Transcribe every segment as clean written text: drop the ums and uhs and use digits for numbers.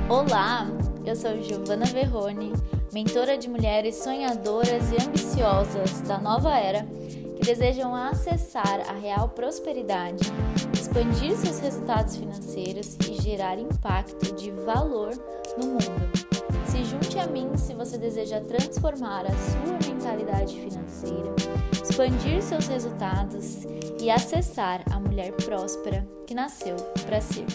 Olá, eu sou Giovana Verrone, mentora de mulheres sonhadoras e ambiciosas da nova era que desejam acessar a real prosperidade, expandir seus resultados financeiros e gerar impacto de valor no mundo. Se junte a mim se você deseja transformar a sua mentalidade financeira, expandir seus resultados e acessar a mulher próspera que nasceu para ser.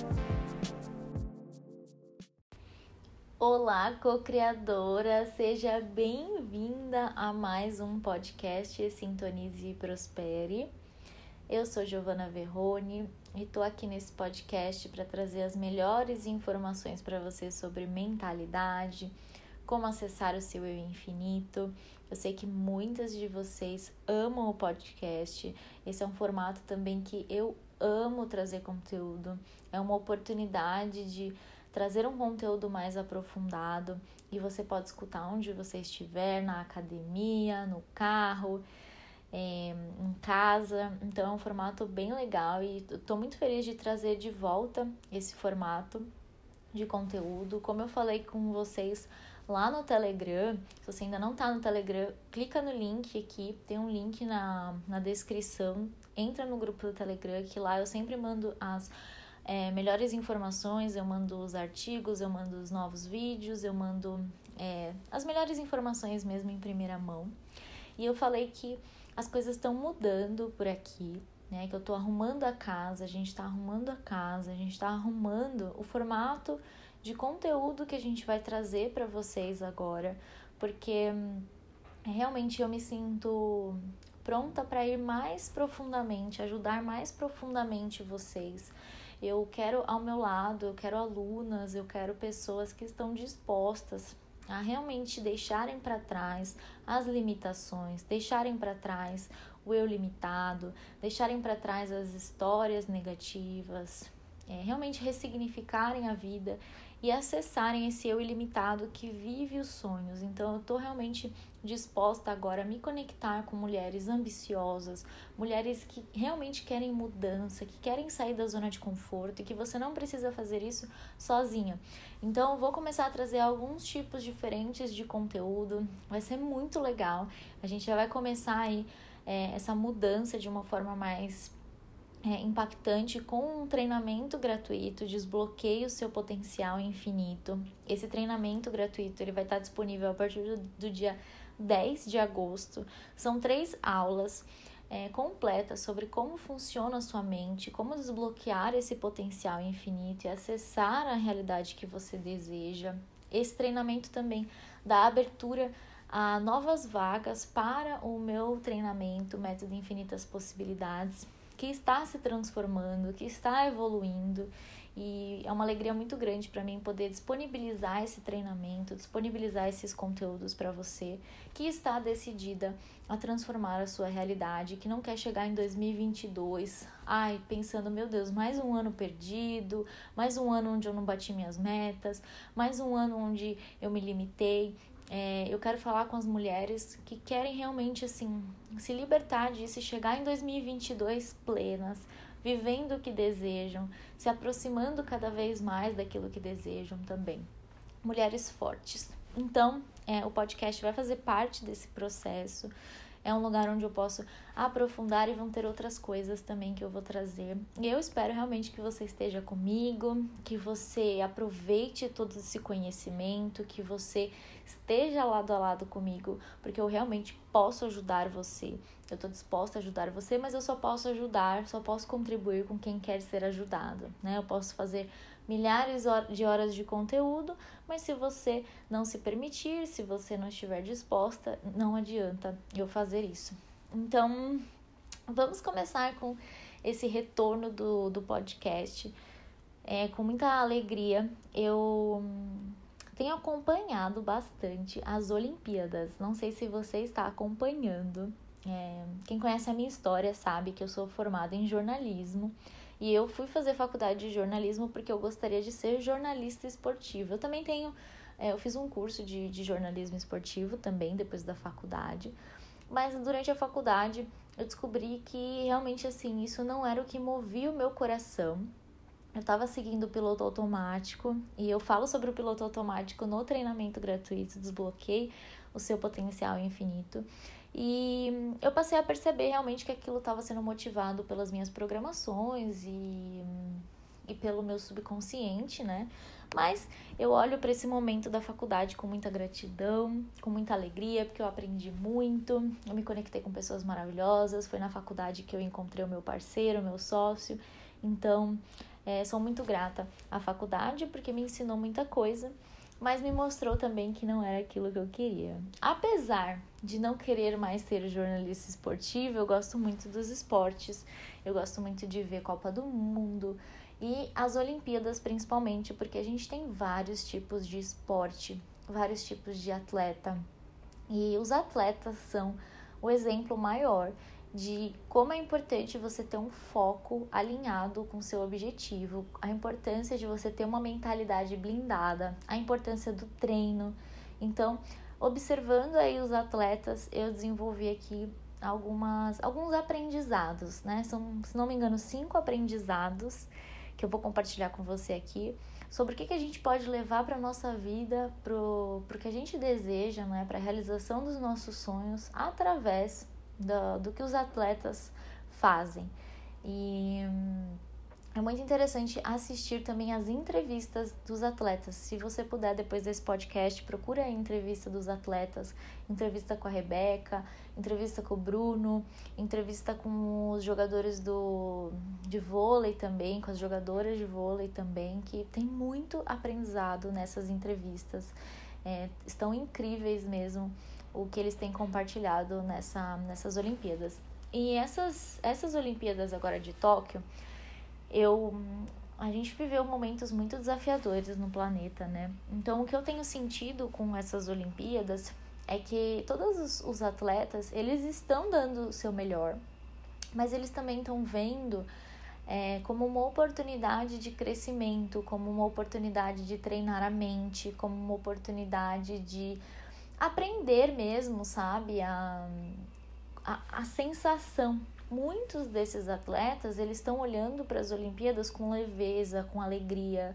Olá, co-criadora! Seja bem-vinda a mais um podcast Sintonize e Prospere. Eu sou Giovana Verrone e estou aqui nesse podcast para trazer as melhores informações para você sobre mentalidade, como acessar o seu eu infinito. Eu sei que muitas de vocês amam o podcast. Esse é um formato também que eu amo trazer conteúdo. É uma oportunidade de trazer um conteúdo mais aprofundado e você pode escutar onde você estiver, na academia, no carro, em casa. Então é um formato bem legal e estou muito feliz de trazer de volta esse formato de conteúdo. Como eu falei com vocês lá no Telegram, se você ainda não está no Telegram, clica no link aqui, tem um link na descrição, entra no grupo do Telegram, que lá eu sempre mando as melhores informações, eu mando os artigos, eu mando os novos vídeos, eu mando as melhores informações mesmo em primeira mão. E eu falei que as coisas estão mudando por aqui, né? Que eu tô arrumando a casa, a gente tá arrumando a casa, a gente tá arrumando o formato de conteúdo que a gente vai trazer para vocês agora, porque realmente eu me sinto pronta para ir mais profundamente, ajudar mais profundamente vocês. Eu quero ao meu lado, eu quero alunas, eu quero pessoas que estão dispostas a realmente deixarem para trás as limitações, deixarem para trás o eu limitado, deixarem para trás as histórias negativas, realmente ressignificarem a vida e acessarem esse eu ilimitado que vive os sonhos. Então eu estou realmente disposta agora a me conectar com mulheres ambiciosas, mulheres que realmente querem mudança, que querem sair da zona de conforto e que você não precisa fazer isso sozinha. Então eu vou começar a trazer alguns tipos diferentes de conteúdo, vai ser muito legal. A gente já vai começar aí essa mudança de uma forma mais impactante com um treinamento gratuito, Desbloqueie o seu potencial infinito. Esse treinamento gratuito ele vai estar disponível a partir do dia 10 de agosto. São 3 aulas completas sobre como funciona a sua mente, como desbloquear esse potencial infinito e acessar a realidade que você deseja. Esse treinamento também dá abertura a novas vagas para o meu treinamento Método Infinitas Possibilidades, que está se transformando, que está evoluindo, e é uma alegria muito grande para mim poder disponibilizar esse treinamento, disponibilizar esses conteúdos para você que está decidida a transformar a sua realidade, que não quer chegar em 2022, pensando, meu Deus, mais um ano perdido, mais um ano onde eu não bati minhas metas, mais um ano onde eu me limitei. Eu quero falar com as mulheres que querem realmente assim, se libertar disso e chegar em 2022 plenas, vivendo o que desejam, se aproximando cada vez mais daquilo que desejam também. Mulheres fortes. Então, o podcast vai fazer parte desse processo. É um lugar onde eu posso aprofundar e vão ter outras coisas também que eu vou trazer. E eu espero realmente que você esteja comigo, que você aproveite todo esse conhecimento, que você esteja lado a lado comigo, porque eu realmente posso ajudar você. Eu estou disposta a ajudar você, mas eu só posso ajudar, só posso contribuir com quem quer ser ajudado, né? Eu posso fazer milhares de horas de conteúdo, mas se você não se permitir, se você não estiver disposta, não adianta eu fazer isso. Então, vamos começar com esse retorno do podcast. Com muita alegria, eu tenho acompanhado bastante as Olimpíadas. Não sei se você está acompanhando. Quem conhece a minha história sabe que eu sou formada em jornalismo. E eu fui fazer faculdade de jornalismo porque eu gostaria de ser jornalista esportiva. Eu também eu fiz um curso de jornalismo esportivo também, depois da faculdade. Mas durante a faculdade eu descobri que realmente assim, isso não era o que movia o meu coração. eu estava seguindo o piloto automático, e eu falo sobre o piloto automático no treinamento gratuito Desbloqueie o Seu Potencial Infinito. E eu passei a perceber realmente que aquilo estava sendo motivado pelas minhas programações e pelo meu subconsciente, né? Mas eu olho para esse momento da faculdade com muita gratidão, com muita alegria, porque eu aprendi muito, eu me conectei com pessoas maravilhosas, foi na faculdade que eu encontrei o meu parceiro, o meu sócio. Então, sou muito grata à faculdade porque me ensinou muita coisa, mas me mostrou também que não era aquilo que eu queria. Apesar de não querer mais ser jornalista esportiva, eu gosto muito dos esportes, eu gosto muito de ver Copa do Mundo e as Olimpíadas principalmente, porque a gente tem vários tipos de esporte, vários tipos de atleta, e os atletas são o exemplo maior de como é importante você ter um foco alinhado com o seu objetivo, a importância de você ter uma mentalidade blindada, a importância do treino. Então, observando aí os atletas, eu desenvolvi aqui alguns aprendizados, né? São, se não me engano, 5 aprendizados que eu vou compartilhar com você aqui, sobre o que a gente pode levar para a nossa vida, pro que a gente deseja, né? Para a realização dos nossos sonhos, através do que os atletas fazem. E é muito interessante assistir também as entrevistas dos atletas. Se você puder, depois desse podcast, procura a entrevista dos atletas, entrevista com a Rebeca, entrevista com o Bruno, entrevista com os jogadores de vôlei também, com as jogadoras de vôlei também, que tem muito aprendizado nessas entrevistas. Estão incríveis mesmo o que eles têm compartilhado nessas Olimpíadas. E essas Olimpíadas agora de Tóquio, a gente viveu momentos muito desafiadores no planeta, né? Então, o que eu tenho sentido com essas Olimpíadas é que todos os atletas, eles estão dando o seu melhor, mas eles também estão vendo como uma oportunidade de crescimento, como uma oportunidade de treinar a mente, como uma oportunidade de aprender mesmo, sabe? A sensação. Muitos desses atletas, eles estão olhando para as Olimpíadas com leveza, com alegria.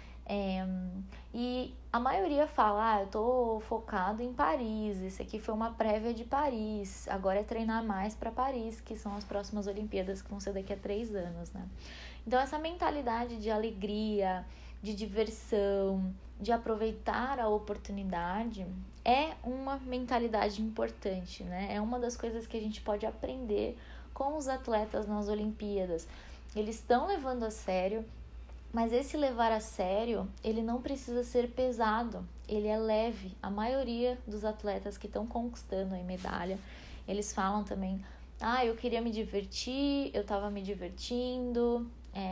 E a maioria fala, eu tô focado em Paris, esse aqui foi uma prévia de Paris, agora é treinar mais para Paris, que são as próximas Olimpíadas, que vão ser daqui a 3 anos, né? Então, essa mentalidade de alegria, de diversão, de aproveitar a oportunidade é uma mentalidade importante, né? É uma das coisas que a gente pode aprender com os atletas nas Olimpíadas. Eles estão levando a sério, mas esse levar a sério, ele não precisa ser pesado, ele é leve. A maioria dos atletas que estão conquistando a medalha, eles falam também, eu queria me divertir, eu estava me divertindo,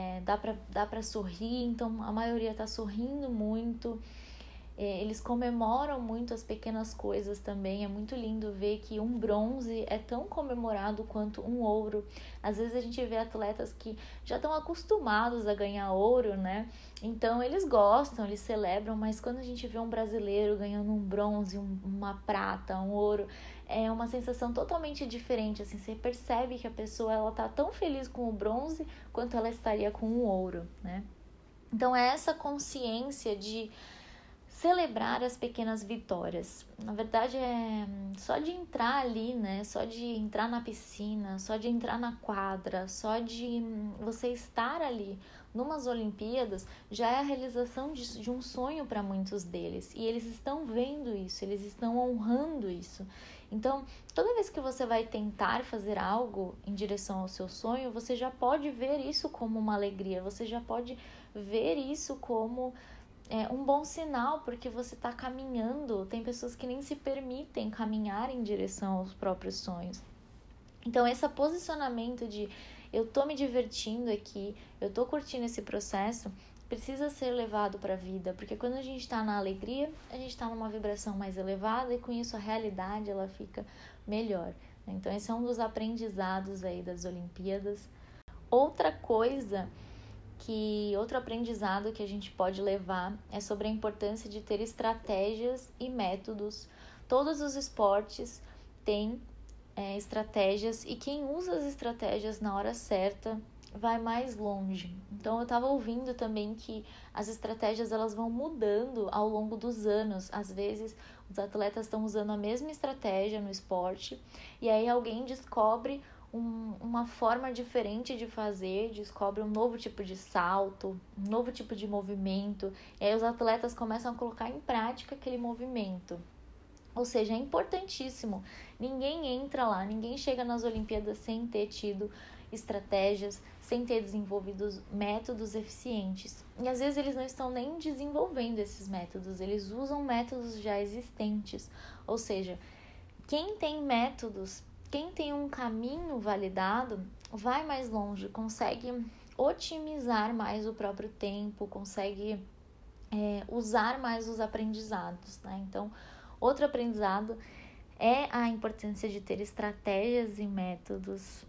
dá pra sorrir, então a maioria está sorrindo muito. Eles comemoram muito as pequenas coisas também. É muito lindo ver que um bronze é tão comemorado quanto um ouro. Às vezes a gente vê atletas que já estão acostumados a ganhar ouro, né? Então eles gostam, eles celebram, mas quando a gente vê um brasileiro ganhando um bronze, uma prata, um ouro, é uma sensação totalmente diferente. Assim, você percebe que a pessoa ela tá tão feliz com o bronze quanto ela estaria com o ouro, né? Então é essa consciência de celebrar as pequenas vitórias. Na verdade, só de entrar ali, né? Só de entrar na piscina, só de entrar na quadra, só de você estar ali numas Olimpíadas, já é a realização de um sonho para muitos deles. E eles estão vendo isso, eles estão honrando isso. Então, toda vez que você vai tentar fazer algo em direção ao seu sonho, você já pode ver isso como uma alegria, você já pode ver isso como um bom sinal, porque você está caminhando. Tem pessoas que nem se permitem caminhar em direção aos próprios sonhos. Então, esse posicionamento de eu tô me divertindo aqui, eu tô curtindo esse processo, precisa ser levado para a vida, porque quando a gente está na alegria, a gente está numa vibração mais elevada e com isso a realidade ela fica melhor. Então, esse é um dos aprendizados aí das Olimpíadas. Outro aprendizado que a gente pode levar é sobre a importância de ter estratégias e métodos. Todos os esportes têm estratégias, e quem usa as estratégias na hora certa vai mais longe. Então eu estava ouvindo também que as estratégias elas vão mudando ao longo dos anos. Às vezes os atletas estão usando a mesma estratégia no esporte e aí alguém descobre uma forma diferente de fazer, descobre um novo tipo de salto, um novo tipo de movimento, e aí os atletas começam a colocar em prática aquele movimento. Ou seja, é importantíssimo. Ninguém entra lá, ninguém chega nas Olimpíadas sem ter tido estratégias, sem ter desenvolvido métodos eficientes. E às vezes eles não estão nem desenvolvendo esses métodos, eles usam métodos já existentes. Ou seja, quem tem métodos, quem tem um caminho validado, vai mais longe, consegue otimizar mais o próprio tempo, consegue usar mais os aprendizados, né? Então, outro aprendizado é a importância de ter estratégias e métodos.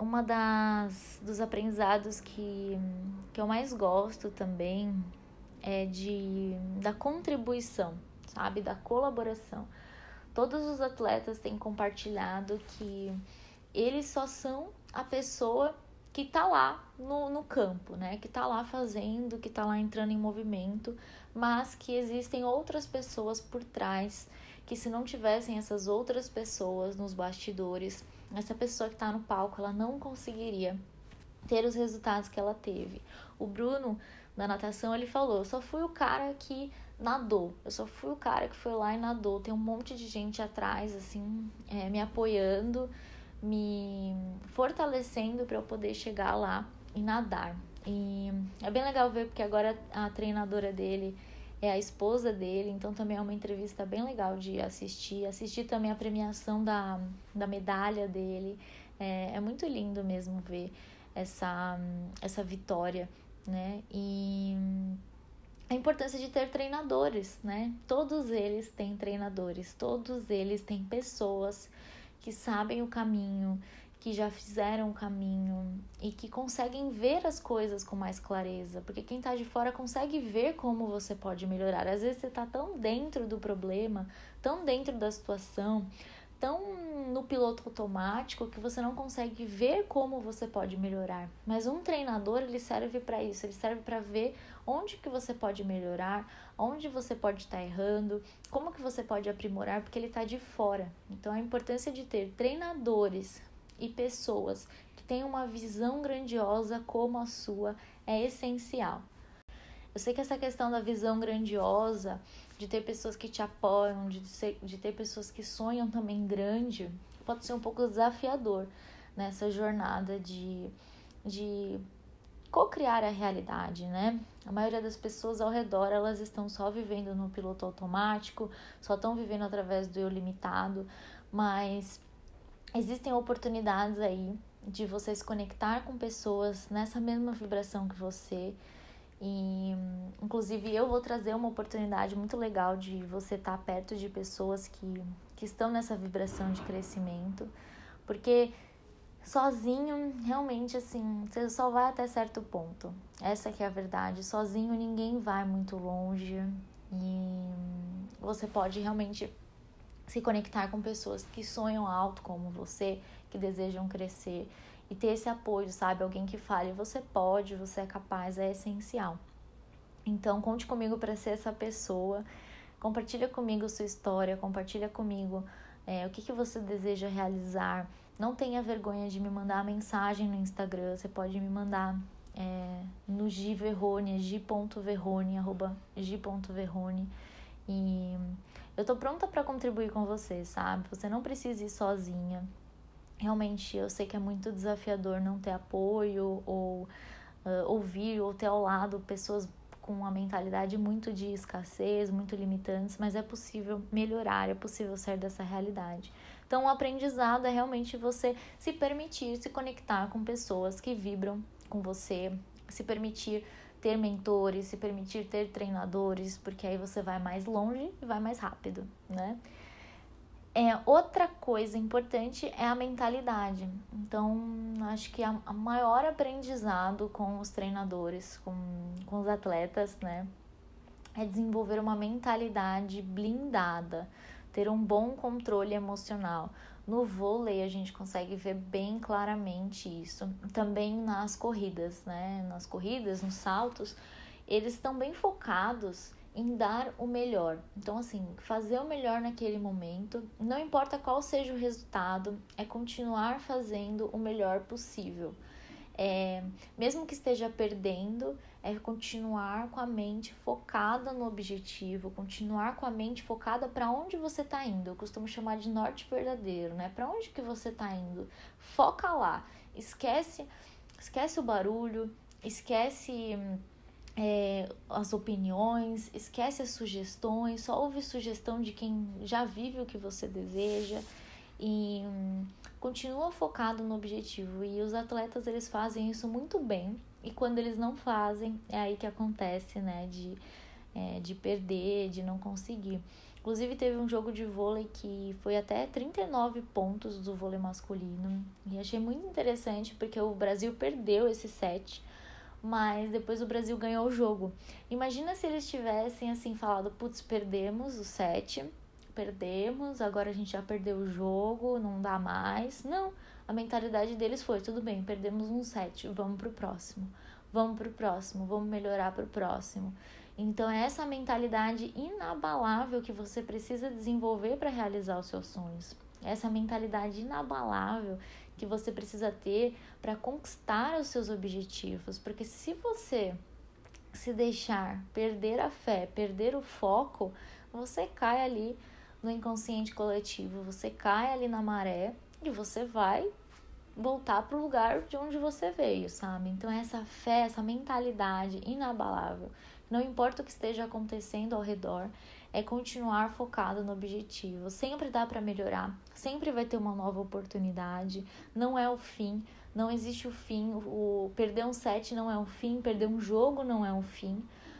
Dos aprendizados que eu mais gosto também é da contribuição, sabe? Da colaboração. Todos os atletas têm compartilhado que eles só são a pessoa que tá lá no campo, né? Que tá lá fazendo, que tá lá entrando em movimento, mas que existem outras pessoas por trás, que se não tivessem essas outras pessoas nos bastidores, essa pessoa que tá no palco, ela não conseguiria ter os resultados que ela teve. O Bruno, da natação, ele falou, eu só fui o cara que nadou, eu só fui o cara que foi lá e nadou, tem um monte de gente atrás, assim, me apoiando, me fortalecendo para eu poder chegar lá e nadar. E é bem legal ver, porque agora a treinadora dele é a esposa dele, então também é uma entrevista bem legal de assistir também a premiação da medalha dele, é muito lindo mesmo ver essa vitória, né? E a importância de ter treinadores, né? Todos eles têm treinadores, todos eles têm pessoas que sabem o caminho, que já fizeram o caminho e que conseguem ver as coisas com mais clareza, porque quem tá de fora consegue ver como você pode melhorar. Às vezes você tá tão dentro do problema, tão dentro da situação, tão no piloto automático que você não consegue ver como você pode melhorar. Mas um treinador, ele serve para isso, ele serve para ver onde que você pode melhorar, onde você pode estar errando, como que você pode aprimorar, porque ele está de fora. Então a importância de ter treinadores e pessoas que tenham uma visão grandiosa como a sua é essencial. Eu sei que essa questão da visão grandiosa, de ter pessoas que te apoiam, de ter pessoas que sonham também grande, pode ser um pouco desafiador nessa jornada de co-criar a realidade, né? A maioria das pessoas ao redor, elas estão só vivendo no piloto automático, só estão vivendo através do eu limitado, mas existem oportunidades aí de você se conectar com pessoas nessa mesma vibração que você. E inclusive eu vou trazer uma oportunidade muito legal de você estar perto de pessoas que estão nessa vibração de crescimento, porque sozinho realmente assim você só vai até certo ponto, essa que é a verdade. Sozinho ninguém vai muito longe e você pode realmente se conectar com pessoas que sonham alto como você, que desejam crescer e ter esse apoio, sabe? Alguém que fale, você pode, você é capaz, é essencial. Então, conte comigo para ser essa pessoa. Compartilha comigo sua história, compartilha comigo o que você deseja realizar. Não tenha vergonha de me mandar mensagem no Instagram. Você pode me mandar no Giverrone, gi.verrone, @gi.verrone. E eu tô pronta para contribuir com você, sabe? Você não precisa ir sozinha. Realmente, eu sei que é muito desafiador não ter apoio ou ouvir ou ter ao lado pessoas com uma mentalidade muito de escassez, muito limitantes, mas é possível melhorar, é possível sair dessa realidade. Então, o aprendizado é realmente você se permitir se conectar com pessoas que vibram com você, se permitir ter mentores, se permitir ter treinadores, porque aí você vai mais longe e vai mais rápido, né? Outra coisa importante é a mentalidade. Então, acho que a maior aprendizado com os treinadores, com os atletas, né, é desenvolver uma mentalidade blindada, ter um bom controle emocional. No vôlei a gente consegue ver bem claramente isso. Também nas corridas, né? Nas corridas, nos saltos, eles estão bem focados em dar o melhor. Então, assim, fazer o melhor naquele momento, não importa qual seja o resultado, é continuar fazendo o melhor possível. Mesmo que esteja perdendo, é continuar com a mente focada no objetivo, continuar com a mente focada para onde você está indo. Eu costumo chamar de norte verdadeiro, né? Para onde que você está indo? Foca lá, esquece o barulho, esquece as opiniões, esquece as sugestões, só ouve sugestão de quem já vive o que você deseja e continua focado no objetivo. E os atletas, eles fazem isso muito bem, e quando eles não fazem, é aí que acontece, né, de perder, de não conseguir. Inclusive teve um jogo de vôlei que foi até 39 pontos do vôlei masculino, e achei muito interessante porque o Brasil perdeu esse set, mas depois o Brasil ganhou o jogo. Imagina se eles tivessem assim falado, putz, perdemos o set, agora a gente já perdeu o jogo, não dá mais. Não, a mentalidade deles foi, tudo bem, perdemos um set, vamos pro próximo, vamos melhorar pro próximo. Então é essa mentalidade inabalável que você precisa desenvolver para realizar os seus sonhos. Essa mentalidade inabalável que você precisa ter para conquistar os seus objetivos. Porque se você se deixar perder a fé, perder o foco, você cai ali no inconsciente coletivo, você cai ali na maré e você vai voltar para o lugar de onde você veio, sabe? Então essa fé, essa mentalidade inabalável, não importa o que esteja acontecendo ao redor, é continuar focado no objetivo. Sempre dá para melhorar, sempre vai ter uma nova oportunidade, não é o fim, não existe o fim, perder um set não é um fim, perder um jogo não é um fim.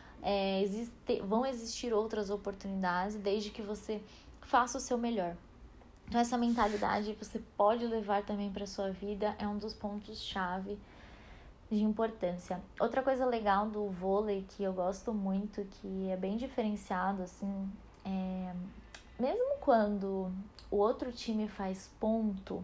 Vão existir outras oportunidades desde que você faça o seu melhor. Então essa mentalidade você pode levar também para sua vida, é um dos pontos-chave de importância. Outra coisa legal do vôlei que eu gosto muito, que é bem diferenciado, assim, mesmo quando o outro time faz ponto,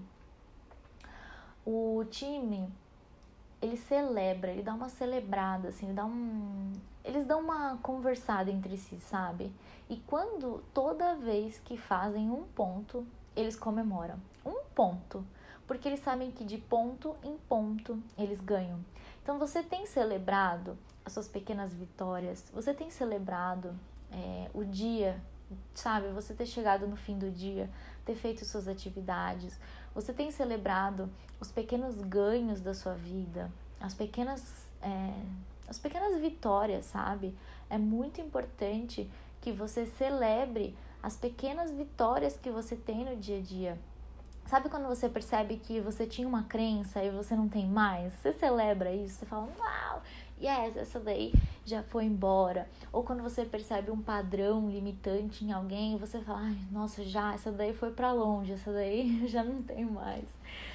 o time, ele celebra, ele dá uma celebrada, assim, eles dão uma conversada entre si, sabe? E toda vez que fazem um ponto, eles comemoram. Um ponto. Porque eles sabem que de ponto em ponto eles ganham. Então você tem celebrado as suas pequenas vitórias, você tem celebrado o dia, sabe? Você ter chegado no fim do dia, ter feito suas atividades, você tem celebrado os pequenos ganhos da sua vida, as pequenas vitórias, sabe? É muito importante que você celebre as pequenas vitórias que você tem no dia a dia. Sabe quando você percebe que você tinha uma crença e você não tem mais? Você celebra isso, você fala, uau, yes, essa daí já foi embora. Ou quando você percebe um padrão limitante em alguém, você fala, ai, nossa, essa daí foi pra longe, essa daí já não tem mais.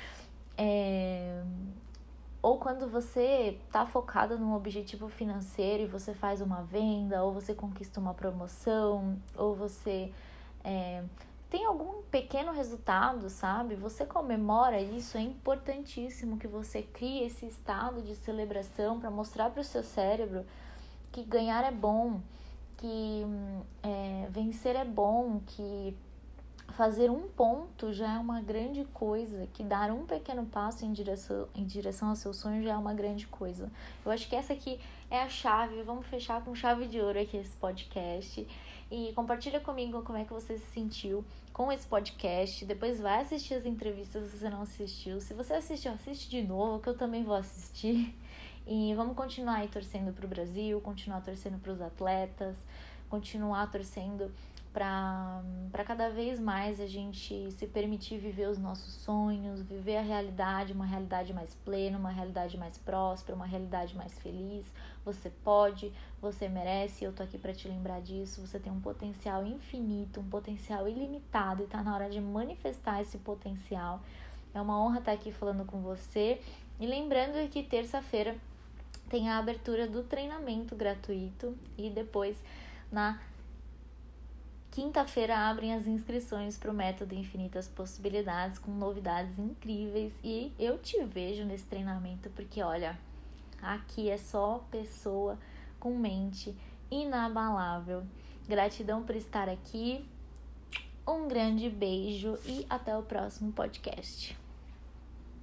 Ou quando você tá focado num objetivo financeiro e você faz uma venda, ou você conquista uma promoção, ou você tem algum pequeno resultado, sabe? Você comemora isso, é importantíssimo que você crie esse estado de celebração para mostrar para o seu cérebro que ganhar é bom, que vencer é bom, que fazer um ponto já é uma grande coisa, que dar um pequeno passo em direção ao seu sonho já é uma grande coisa. Eu acho que essa aqui é a chave, vamos fechar com chave de ouro aqui esse podcast. E compartilha comigo como é que você se sentiu com esse podcast. Depois vai assistir as entrevistas se você não assistiu. Se você assistiu, assiste de novo, que eu também vou assistir. E vamos continuar aí torcendo pro Brasil, continuar torcendo pros atletas, continuar torcendo para cada vez mais a gente se permitir viver os nossos sonhos, viver a realidade, uma realidade mais plena, uma realidade mais próspera, uma realidade mais feliz. Você pode, você merece, eu tô aqui para te lembrar disso. Você tem um potencial infinito, um potencial ilimitado, e tá na hora de manifestar esse potencial. É uma honra estar aqui falando com você. E lembrando que terça-feira tem a abertura do treinamento gratuito, e depois na Quinta-feira abrem as inscrições para o Método Infinitas Possibilidades com novidades incríveis e eu te vejo nesse treinamento porque, olha, aqui é só pessoa com mente inabalável. Gratidão por estar aqui, um grande beijo e até o próximo podcast.